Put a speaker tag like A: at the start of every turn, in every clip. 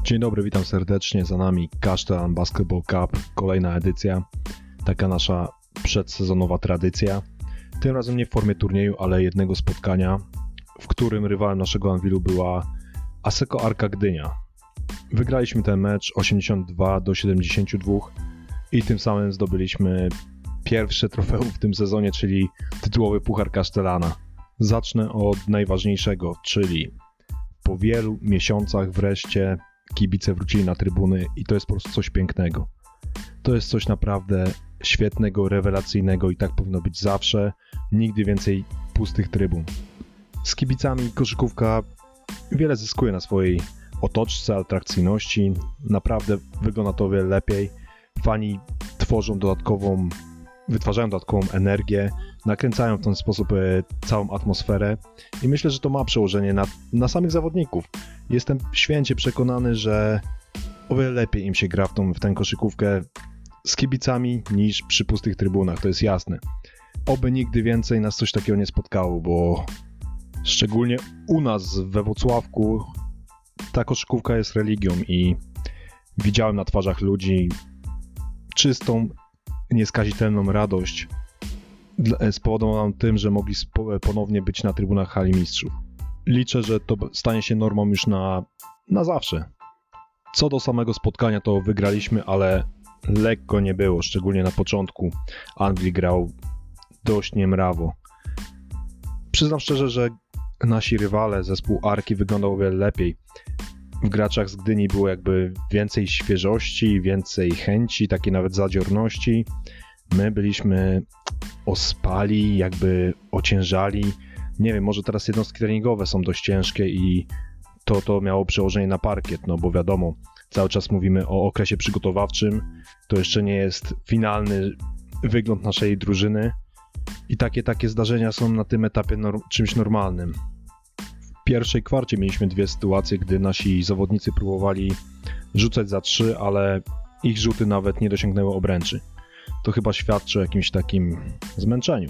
A: Dzień dobry, witam serdecznie, za nami Kasztelan Basketball Cup, kolejna edycja, taka nasza przedsezonowa tradycja. Tym razem nie w formie turnieju, ale jednego spotkania, w którym rywalem naszego Anwilu była Asseco Arka Gdynia. Wygraliśmy ten mecz 82-72 i tym samym zdobyliśmy pierwsze trofeum w tym sezonie, czyli tytułowy Puchar Kasztelana. Zacznę od najważniejszego, czyli po wielu miesiącach wreszcie kibice wrócili na trybuny i to jest po prostu coś pięknego. To jest coś naprawdę świetnego, rewelacyjnego i tak powinno być zawsze. Nigdy więcej pustych trybun. Z kibicami koszykówka wiele zyskuje na swojej otoczce, atrakcyjności. Naprawdę wygląda to o wiele lepiej. Fani wytwarzają dodatkową energię, nakręcają w ten sposób całą atmosferę i myślę, że to ma przełożenie na samych zawodników. Jestem święcie przekonany, że o wiele lepiej im się gra w tę koszykówkę z kibicami niż przy pustych trybunach, to jest jasne. Oby nigdy więcej nas coś takiego nie spotkało, bo szczególnie u nas we Włocławku ta koszykówka jest religią i widziałem na twarzach ludzi czystą, nieskazitelną radość spowodowaną tym, że mogli ponownie być na trybunach Hali Mistrzów. Liczę, że to stanie się normą już na zawsze. Co do samego spotkania, to wygraliśmy, ale lekko nie było, szczególnie na początku. Anwil grał dość niemrawo. Przyznam szczerze, że nasi rywale, zespół Arki, wyglądał o wiele lepiej. W graczach z Gdyni było jakby więcej świeżości, więcej chęci, takiej nawet zadziorności. My byliśmy ospali, jakby ociężali. Nie wiem, może teraz jednostki treningowe są dość ciężkie i to miało przełożenie na parkiet, no bo wiadomo, cały czas mówimy o okresie przygotowawczym, to jeszcze nie jest finalny wygląd naszej drużyny i takie zdarzenia są na tym etapie czymś normalnym. W pierwszej kwarcie mieliśmy dwie sytuacje, gdy nasi zawodnicy próbowali rzucać za 3, ale ich rzuty nawet nie dosięgnęły obręczy. To chyba świadczy o jakimś takim zmęczeniu.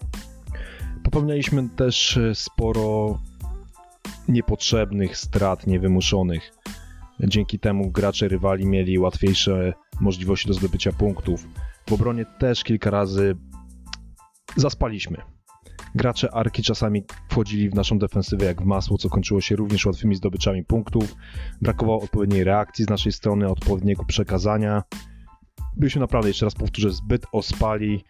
A: Popełnialiśmy też sporo niepotrzebnych strat, niewymuszonych. Dzięki temu gracze rywali mieli łatwiejsze możliwości do zdobycia punktów. W obronie też kilka razy zaspaliśmy. Gracze Arki czasami wchodzili w naszą defensywę jak w masło, co kończyło się również łatwymi zdobyczami punktów. Brakowało odpowiedniej reakcji z naszej strony, odpowiedniego przekazania. Byliśmy naprawdę, jeszcze raz powtórzę, zbyt ospali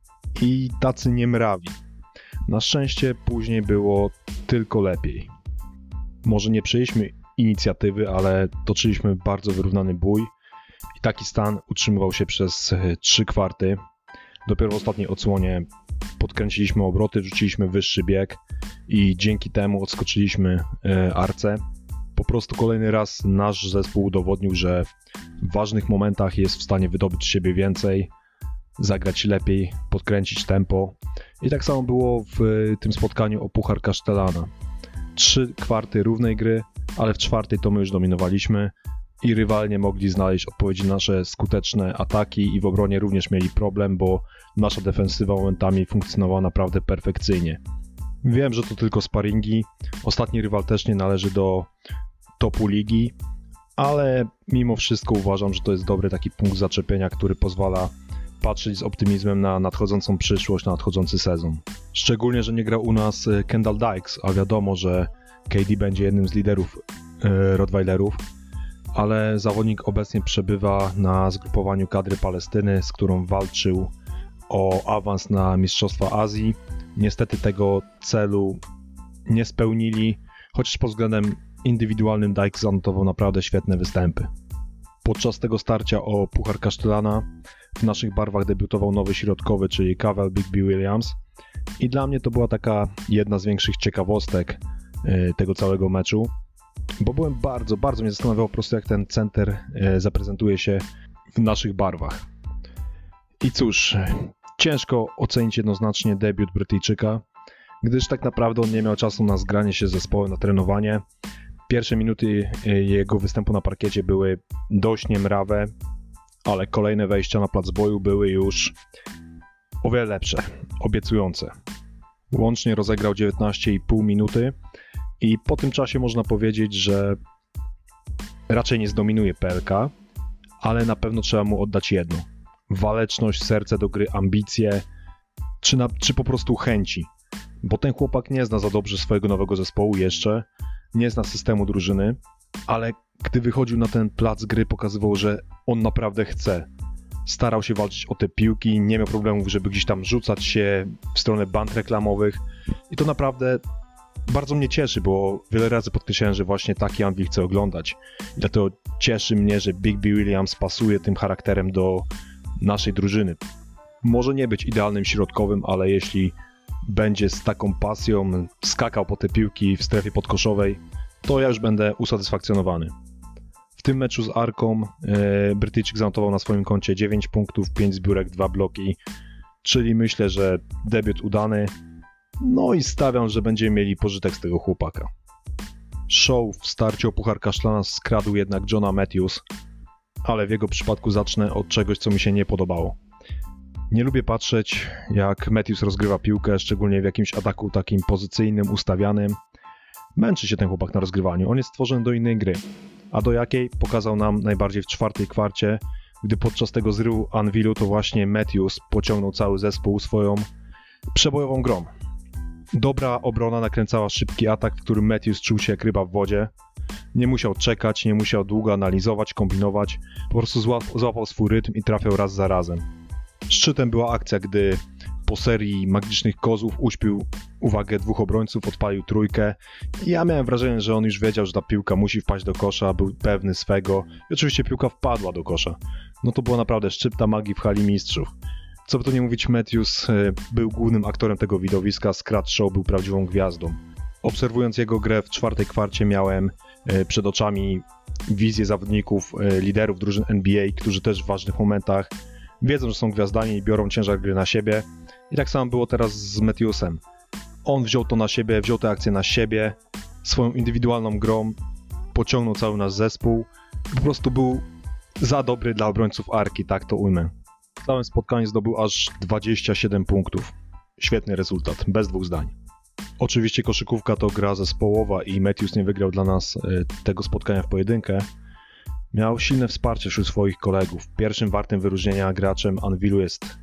A: i tacy niemrawi. Na szczęście później było tylko lepiej. Może nie przejęliśmy inicjatywy, ale toczyliśmy bardzo wyrównany bój i taki stan utrzymywał się przez 3 kwarty. Dopiero w ostatniej odsłonie podkręciliśmy obroty, rzuciliśmy wyższy bieg i dzięki temu odskoczyliśmy Arce. Po prostu kolejny raz nasz zespół udowodnił, że w ważnych momentach jest w stanie wydobyć z siebie więcej, zagrać lepiej, podkręcić tempo. I tak samo było w tym spotkaniu o Puchar Kasztelana. 3 kwarty równej gry, ale w 4 to my już dominowaliśmy i rywale nie mogli znaleźć odpowiedzi na nasze skuteczne ataki i w obronie również mieli problem, bo nasza defensywa momentami funkcjonowała naprawdę perfekcyjnie. Wiem, że to tylko sparingi, ostatni rywal też nie należy do topu ligi, ale mimo wszystko uważam, że to jest dobry taki punkt zaczepienia, który pozwala patrzeć z optymizmem na nadchodzącą przyszłość, na nadchodzący sezon. Szczególnie, że nie grał u nas Kendall Dykes, a wiadomo, że KD będzie jednym z liderów Rottweilerów, ale zawodnik obecnie przebywa na zgrupowaniu kadry Palestyny, z którą walczył o awans na Mistrzostwa Azji. Niestety tego celu nie spełnili, chociaż pod względem indywidualnym Dykes zanotował naprawdę świetne występy. Podczas tego starcia o Puchar Kasztelana w naszych barwach debiutował nowy środkowy, czyli Cavell Bigby Williams i dla mnie to była taka jedna z większych ciekawostek tego całego meczu, bo byłem bardzo mnie zastanawiało po prostu, jak ten center zaprezentuje się w naszych barwach. I cóż, ciężko ocenić jednoznacznie debiut Brytyjczyka, gdyż tak naprawdę on nie miał czasu na zgranie się z zespołem, na trenowanie. Pierwsze minuty jego występu na parkiecie były dość niemrawe, ale kolejne wejścia na plac boju były już o wiele lepsze, obiecujące. Łącznie rozegrał 19,5 minuty i po tym czasie można powiedzieć, że raczej nie zdominuje PLK, ale na pewno trzeba mu oddać jedno. Waleczność, serce do gry, ambicje, czy po prostu chęci. Bo ten chłopak nie zna za dobrze swojego nowego zespołu jeszcze, nie zna systemu drużyny, ale gdy wychodził na ten plac gry, pokazywał, że on naprawdę chce. Starał się walczyć o te piłki, nie miał problemów, żeby gdzieś tam rzucać się w stronę band reklamowych i to naprawdę bardzo mnie cieszy, bo wiele razy podkreślałem, że właśnie taki Anvil chcę oglądać. I dlatego cieszy mnie, że Big B Williams pasuje tym charakterem do naszej drużyny. Może nie być idealnym środkowym, ale jeśli będzie z taką pasją skakał po te piłki w strefie podkoszowej, to ja już będę usatysfakcjonowany. W tym meczu z Arką Brytyjczyk zanotował na swoim koncie 9 punktów, 5 zbiórek, 2 bloki, czyli myślę, że debiut udany. No i stawiam, że będziemy mieli pożytek z tego chłopaka. Show w starciu o Puchar Kaszlana skradł jednak Johna Matthews, ale w jego przypadku zacznę od czegoś, co mi się nie podobało. Nie lubię patrzeć, jak Matthews rozgrywa piłkę, szczególnie w jakimś ataku takim pozycyjnym, ustawianym. Męczy się ten chłopak na rozgrywaniu, on jest stworzony do innej gry. A do jakiej pokazał nam najbardziej w czwartej kwarcie, gdy podczas tego zrywu Anvilu to właśnie Matthews pociągnął cały zespół swoją przebojową grą. Dobra obrona nakręcała szybki atak, w którym Matthews czuł się jak ryba w wodzie. Nie musiał czekać, nie musiał długo analizować, kombinować, po prostu złapał swój rytm i trafiał raz za razem. Szczytem była akcja, gdy po serii magicznych kozłów uśpił uwagę dwóch obrońców, odpalił trójkę i ja miałem wrażenie, że on już wiedział, że ta piłka musi wpaść do kosza, był pewny swego i oczywiście piłka wpadła do kosza. No to była naprawdę szczypta magii w hali mistrzów. Co by tu nie mówić, Matthews był głównym aktorem tego widowiska, Scratch Show był prawdziwą gwiazdą. Obserwując jego grę w czwartej kwarcie miałem przed oczami wizję zawodników, liderów drużyn NBA, którzy też w ważnych momentach wiedzą, że są gwiazdami i biorą ciężar gry na siebie. I tak samo było teraz z Matthewsem. On wziął to na siebie, wziął tę akcję na siebie, swoją indywidualną grą, pociągnął cały nasz zespół. Po prostu był za dobry dla obrońców Arki, tak to ujmę. W całym spotkaniu zdobył aż 27 punktów. Świetny rezultat, bez dwóch zdań. Oczywiście koszykówka to gra zespołowa i Matthews nie wygrał dla nas tego spotkania w pojedynkę. Miał silne wsparcie wśród swoich kolegów. Pierwszym wartym wyróżnienia graczem Anvilu jest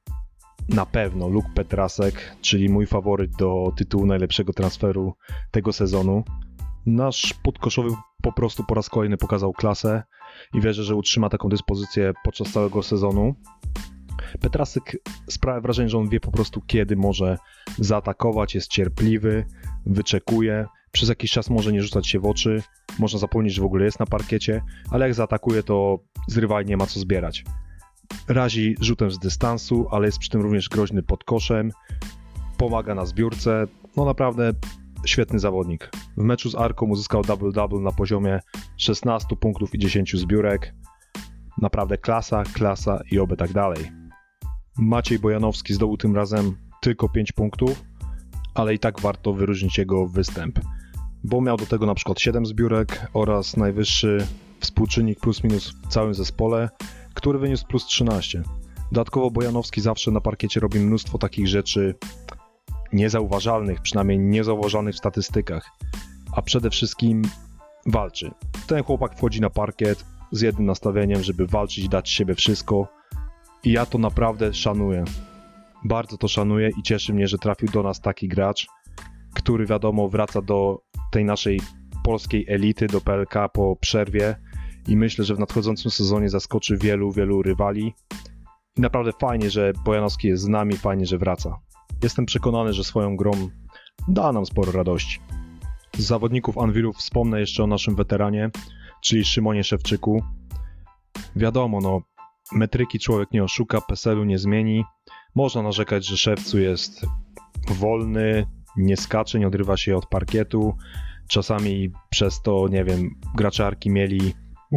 A: na pewno Luke Petrasek, czyli mój faworyt do tytułu najlepszego transferu tego sezonu. Nasz podkoszowy po prostu po raz kolejny pokazał klasę i wierzę, że utrzyma taką dyspozycję podczas całego sezonu. Petrasek sprawia wrażenie, że on wie po prostu kiedy może zaatakować, jest cierpliwy, wyczekuje, przez jakiś czas może nie rzucać się w oczy, można zapomnieć, że w ogóle jest na parkiecie, ale jak zaatakuje, to zrywa i nie ma co zbierać. Razi rzutem z dystansu, ale jest przy tym również groźny pod koszem, pomaga na zbiórce, no naprawdę świetny zawodnik. W meczu z Arką uzyskał double-double na poziomie 16 punktów i 10 zbiórek. Naprawdę klasa i oby tak dalej. Maciej Bojanowski zdobył tym razem tylko 5 punktów, ale i tak warto wyróżnić jego występ, bo miał do tego na przykład 7 zbiórek oraz najwyższy współczynnik plus minus w całym zespole, który wyniósł plus 13. Dodatkowo Bojanowski zawsze na parkiecie robi mnóstwo takich rzeczy niezauważalnych, przynajmniej niezauważalnych w statystykach, a przede wszystkim walczy. Ten chłopak wchodzi na parkiet z jednym nastawieniem, żeby walczyć, dać siebie wszystko i ja to naprawdę szanuję. Bardzo to szanuję i cieszy mnie, że trafił do nas taki gracz, który wiadomo wraca do tej naszej polskiej elity, do PLK po przerwie i myślę, że w nadchodzącym sezonie zaskoczy wielu rywali i naprawdę fajnie, że Bojanowski jest z nami, fajnie, że wraca. Jestem przekonany, że swoją grą da nam sporo radości. Z zawodników Anvilu wspomnę jeszcze o naszym weteranie, czyli Szymonie Szewczyku. Wiadomo, no, metryki człowiek nie oszuka, PESEL-u nie zmieni. Można narzekać, że Szewcu jest wolny, nie skacze, nie odrywa się od parkietu. Czasami przez to, nie wiem, gracze Arki mieli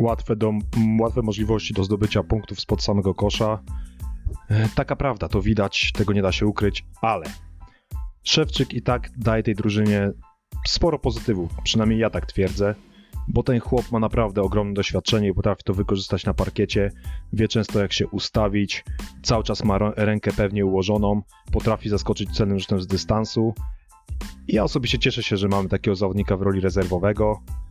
A: łatwe możliwości do zdobycia punktów spod samego kosza. Taka prawda, to widać, tego nie da się ukryć, ale Szewczyk i tak daje tej drużynie sporo pozytywów, przynajmniej ja tak twierdzę, bo ten chłop ma naprawdę ogromne doświadczenie i potrafi to wykorzystać na parkiecie, wie często jak się ustawić, cały czas ma rękę pewnie ułożoną, potrafi zaskoczyć cennym rzutem z dystansu. I ja osobiście cieszę się, że mamy takiego zawodnika w roli rezerwowego.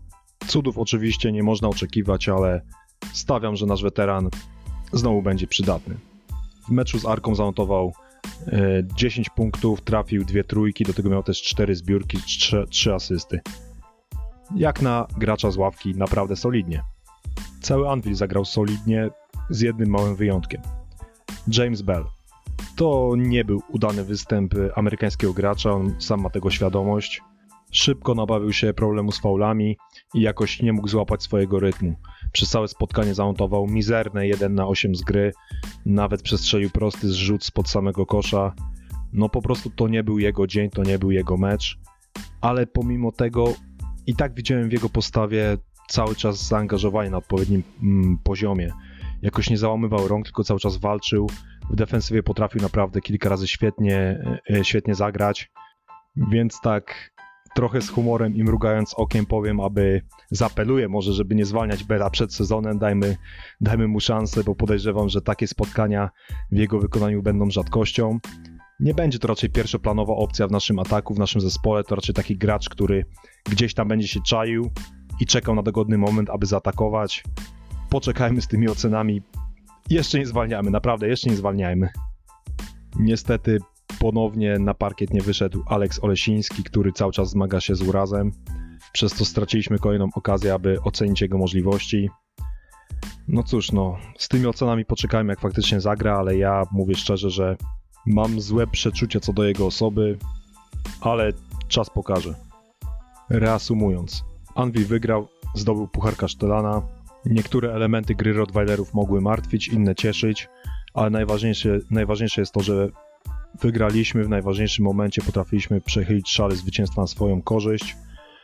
A: Cudów oczywiście nie można oczekiwać, ale stawiam, że nasz weteran znowu będzie przydatny. W meczu z Arką zanotował 10 punktów, trafił 2 trójki, do tego miał też 4 zbiórki, 3 asysty. Jak na gracza z ławki naprawdę solidnie. Cały Anvil zagrał solidnie, z jednym małym wyjątkiem. James Bell. To nie był udany występ amerykańskiego gracza, on sam ma tego świadomość. Szybko nabawił się problemu z faulami i jakoś nie mógł złapać swojego rytmu. Przez całe spotkanie zanotował mizerne 1 na 8 z gry, nawet przestrzelił prosty zrzut spod samego kosza. No po prostu to nie był jego dzień, to nie był jego mecz, ale pomimo tego i tak widziałem w jego postawie cały czas zaangażowanie na odpowiednim poziomie. Jakoś nie załamywał rąk, tylko cały czas walczył. W defensywie potrafił naprawdę kilka razy świetnie zagrać, więc tak trochę z humorem i mrugając okiem powiem, aby zaapeluję może, żeby nie zwalniać Bella przed sezonem, dajmy mu szansę, bo podejrzewam, że takie spotkania w jego wykonaniu będą rzadkością. Nie będzie to raczej pierwszoplanowa opcja w naszym ataku, w naszym zespole, to raczej taki gracz, który gdzieś tam będzie się czaił i czekał na dogodny moment, aby zaatakować. Poczekajmy z tymi ocenami. Jeszcze nie zwalniamy, naprawdę, jeszcze nie zwalniajmy. Niestety ponownie na parkiet nie wyszedł Alex Olesiński, który cały czas zmaga się z urazem. Przez to straciliśmy kolejną okazję, aby ocenić jego możliwości. No cóż, z tymi ocenami poczekajmy, jak faktycznie zagra, ale ja mówię szczerze, że mam złe przeczucie co do jego osoby, ale czas pokaże. Reasumując, Anvil wygrał, zdobył puchar Kasztelana. Niektóre elementy gry Rottweilerów mogły martwić, inne cieszyć, ale najważniejsze jest to, że wygraliśmy w najważniejszym momencie, potrafiliśmy przechylić szale zwycięstwa na swoją korzyść.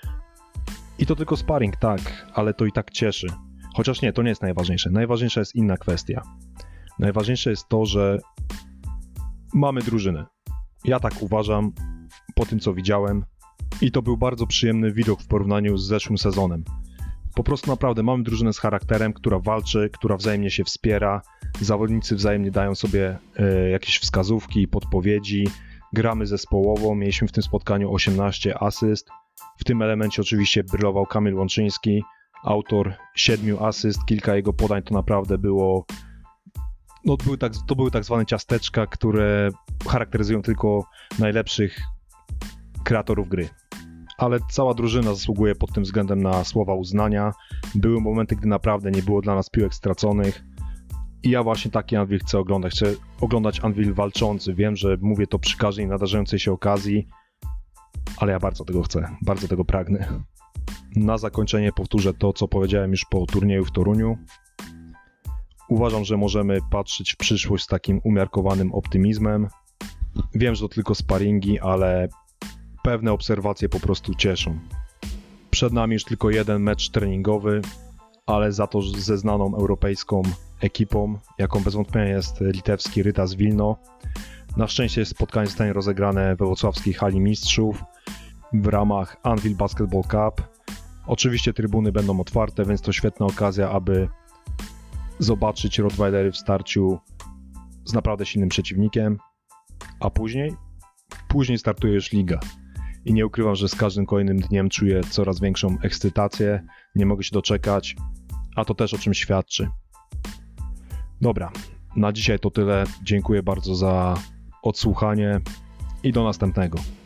A: I to tylko sparring, tak, ale to i tak cieszy. Chociaż nie, to nie jest najważniejsze. Najważniejsza jest inna kwestia. Najważniejsze jest to, że mamy drużynę. Ja tak uważam, po tym co widziałem. I to był bardzo przyjemny widok w porównaniu z zeszłym sezonem. Po prostu naprawdę mamy drużynę z charakterem, która walczy, która wzajemnie się wspiera. Zawodnicy wzajemnie dają sobie jakieś wskazówki i podpowiedzi. Gramy zespołowo, mieliśmy w tym spotkaniu 18 asyst. W tym elemencie oczywiście brylował Kamil Łączyński, autor 7 asyst. Kilka jego podań to naprawdę było... to były tak zwane ciasteczka, które charakteryzują tylko najlepszych kreatorów gry. Ale cała drużyna zasługuje pod tym względem na słowa uznania. Były momenty, gdy naprawdę nie było dla nas piłek straconych. I ja właśnie taki Anvil chcę oglądać. Chcę oglądać Anvil walczący. Wiem, że mówię to przy każdej nadarzającej się okazji, ale ja bardzo tego chcę, bardzo tego pragnę. Na zakończenie powtórzę to, co powiedziałem już po turnieju w Toruniu. Uważam, że możemy patrzeć w przyszłość z takim umiarkowanym optymizmem. Wiem, że to tylko sparingi, ale pewne obserwacje po prostu cieszą. Przed nami już tylko jeden mecz treningowy, ale za to ze znaną europejską ekipą, jaką bez wątpienia jest litewski Rytas Wilno. Na szczęście spotkanie zostanie rozegrane we wrocławskiej hali mistrzów w ramach Anvil Basketball Cup. Oczywiście trybuny będą otwarte, więc to świetna okazja, aby zobaczyć Rottweilery w starciu z naprawdę silnym przeciwnikiem, a później startuje już liga. I nie ukrywam, że z każdym kolejnym dniem czuję coraz większą ekscytację, nie mogę się doczekać, a to też o czym świadczy. Dobra, na dzisiaj to tyle. Dziękuję bardzo za odsłuchanie i do następnego.